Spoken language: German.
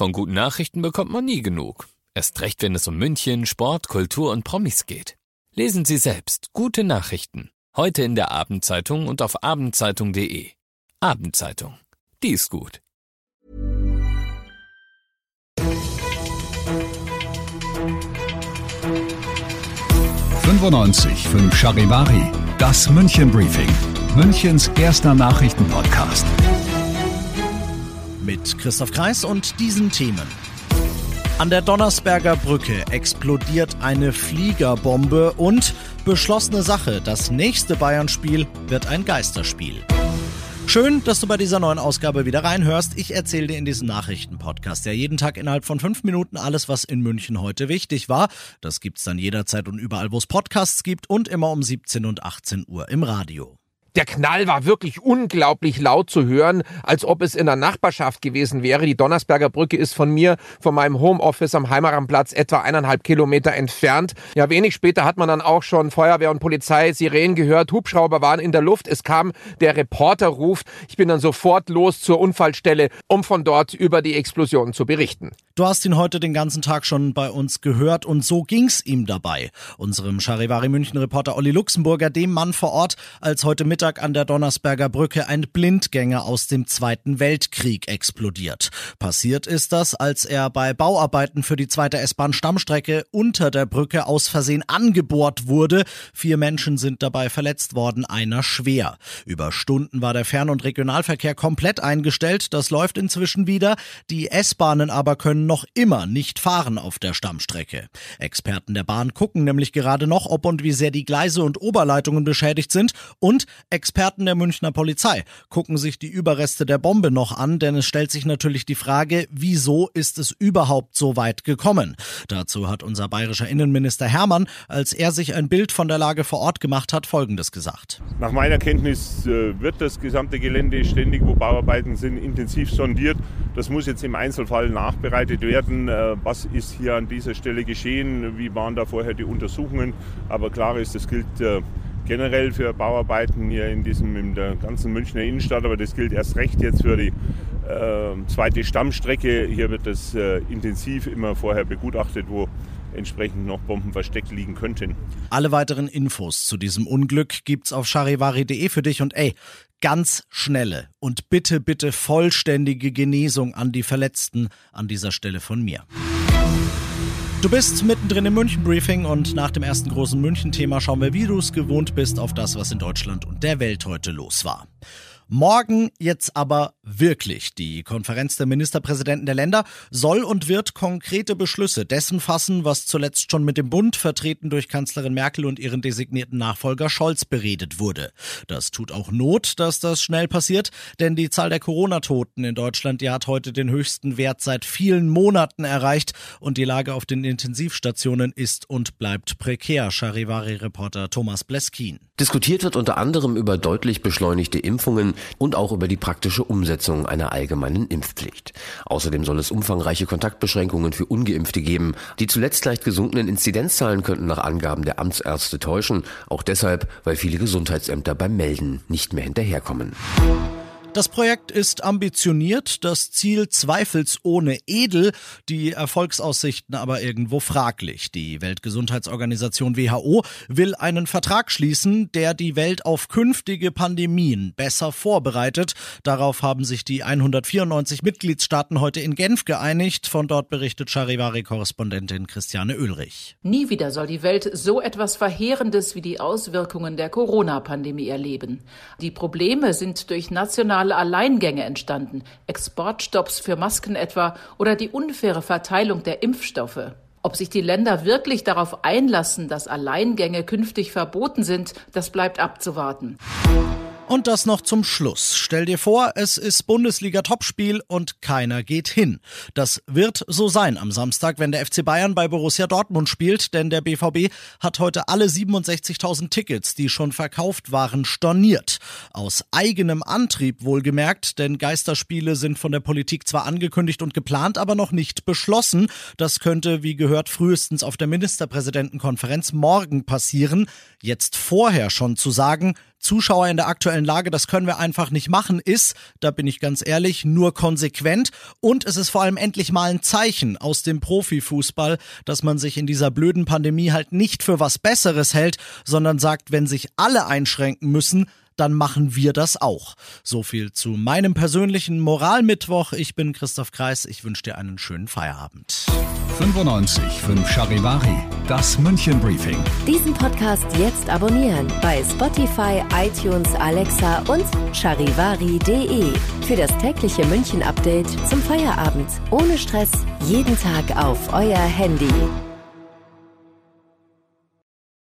Von guten Nachrichten bekommt man nie genug. Erst recht, wenn es um München, Sport, Kultur und Promis geht. Lesen Sie selbst gute Nachrichten. Heute in der Abendzeitung und auf abendzeitung.de. Abendzeitung. Die ist gut. 95.5 Charivari, das München Briefing, Münchens erster Nachrichtenpodcast. Mit Christoph Kreis und diesen Themen. An der Donnersberger Brücke explodiert eine Fliegerbombe und beschlossene Sache, das nächste Bayern-Spiel wird ein Geisterspiel. Schön, dass du bei dieser neuen Ausgabe wieder reinhörst. Ich erzähle dir in diesem Nachrichtenpodcast ja jeden Tag innerhalb von 5 Minuten alles, was in München heute wichtig war. Das gibt's dann jederzeit und überall, wo es Podcasts gibt und immer um 17 und 18 Uhr im Radio. Der Knall war wirklich unglaublich laut zu hören, als ob es in der Nachbarschaft gewesen wäre. Die Donnersberger Brücke ist von meinem Homeoffice am Heimaramtplatz etwa 1,5 Kilometer entfernt. Ja, wenig später hat man dann auch schon Feuerwehr und Polizei, Sirenen gehört, Hubschrauber waren in der Luft. Es kam der Reporterruf. Ich bin dann sofort los zur Unfallstelle, um von dort über die Explosion zu berichten. Du hast ihn heute den ganzen Tag schon bei uns gehört und so ging's ihm dabei. Unserem Charivari München-Reporter Olli Luxemburger, dem Mann vor Ort, als heute Mittag an der Donnersberger Brücke ein Blindgänger aus dem Zweiten Weltkrieg explodiert. Passiert ist das, als er bei Bauarbeiten für die zweite S-Bahn-Stammstrecke unter der Brücke aus Versehen angebohrt wurde. 4 Menschen sind dabei verletzt worden, einer schwer. Über Stunden war der Fern- und Regionalverkehr komplett eingestellt. Das läuft inzwischen wieder. Die S-Bahnen aber können noch immer nicht fahren auf der Stammstrecke. Experten der Bahn gucken nämlich gerade noch, ob und wie sehr die Gleise und Oberleitungen beschädigt sind, und Experten der Münchner Polizei gucken sich die Überreste der Bombe noch an, denn es stellt sich natürlich die Frage, wieso ist es überhaupt so weit gekommen? Dazu hat unser bayerischer Innenminister Hermann, als er sich ein Bild von der Lage vor Ort gemacht hat, Folgendes gesagt. Nach meiner Kenntnis wird das gesamte Gelände ständig, wo Bauarbeiten sind, intensiv sondiert. Das muss jetzt im Einzelfall nachbereitet werden. Was ist hier an dieser Stelle geschehen? Wie waren da vorher die Untersuchungen? Aber klar ist, das gilt generell für Bauarbeiten hier in der ganzen Münchner Innenstadt, aber das gilt erst recht jetzt für die zweite Stammstrecke. Hier wird das intensiv immer vorher begutachtet, wo entsprechend noch Bomben versteckt liegen könnten. Alle weiteren Infos zu diesem Unglück gibt's auf charivari.de für dich und ganz schnelle und bitte vollständige Genesung an die Verletzten an dieser Stelle von mir. Du bist mittendrin im München-Briefing und nach dem ersten großen München-Thema schauen wir, wie du es gewohnt bist, auf das, was in Deutschland und der Welt heute los war. Morgen jetzt aber wirklich. Die Konferenz der Ministerpräsidenten der Länder soll und wird konkrete Beschlüsse dessen fassen, was zuletzt schon mit dem Bund, vertreten durch Kanzlerin Merkel und ihren designierten Nachfolger Scholz, beredet wurde. Das tut auch Not, dass das schnell passiert, denn die Zahl der Corona-Toten in Deutschland, die hat heute den höchsten Wert seit vielen Monaten erreicht und die Lage auf den Intensivstationen ist und bleibt prekär. Charivari-Reporter Thomas Bleskin. Diskutiert wird unter anderem über deutlich beschleunigte Impfungen und auch über die praktische Umsetzung einer allgemeinen Impfpflicht. Außerdem soll es umfangreiche Kontaktbeschränkungen für Ungeimpfte geben. Die zuletzt leicht gesunkenen Inzidenzzahlen könnten nach Angaben der Amtsärzte täuschen, auch deshalb, weil viele Gesundheitsämter beim Melden nicht mehr hinterherkommen. Das Projekt ist ambitioniert, das Ziel zweifelsohne edel, die Erfolgsaussichten aber irgendwo fraglich. Die Weltgesundheitsorganisation WHO will einen Vertrag schließen, der die Welt auf künftige Pandemien besser vorbereitet. Darauf haben sich die 194 Mitgliedstaaten heute in Genf geeinigt. Von dort berichtet Charivari-Korrespondentin Christiane Oehlrich. Nie wieder soll die Welt so etwas Verheerendes wie die Auswirkungen der Corona-Pandemie erleben. Die Probleme sind durch nationale Alleingänge entstanden, Exportstopps für Masken etwa oder die unfaire Verteilung der Impfstoffe. Ob sich die Länder wirklich darauf einlassen, dass Alleingänge künftig verboten sind, das bleibt abzuwarten. Und das noch zum Schluss. Stell dir vor, es ist Bundesliga-Topspiel und keiner geht hin. Das wird so sein am Samstag, wenn der FC Bayern bei Borussia Dortmund spielt, denn der BVB hat heute alle 67.000 Tickets, die schon verkauft waren, storniert. Aus eigenem Antrieb wohlgemerkt, denn Geisterspiele sind von der Politik zwar angekündigt und geplant, aber noch nicht beschlossen. Das könnte, wie gehört, frühestens auf der Ministerpräsidentenkonferenz morgen passieren. Jetzt vorher schon zu sagen, Zuschauer in der aktuellen Lage, das können wir einfach nicht machen, ist, da bin ich ganz ehrlich, nur konsequent. Und es ist vor allem endlich mal ein Zeichen aus dem Profifußball, dass man sich in dieser blöden Pandemie halt nicht für was Besseres hält, sondern sagt, wenn sich alle einschränken müssen, dann machen wir das auch. So viel zu meinem persönlichen Moralmittwoch. Ich bin Christoph Kreis. Ich wünsche dir einen schönen Feierabend. 95.5 Charivari, das München Briefing. Diesen Podcast jetzt abonnieren bei Spotify, iTunes, Alexa und charivari.de. Für das tägliche München-Update zum Feierabend. Ohne Stress, jeden Tag auf euer Handy.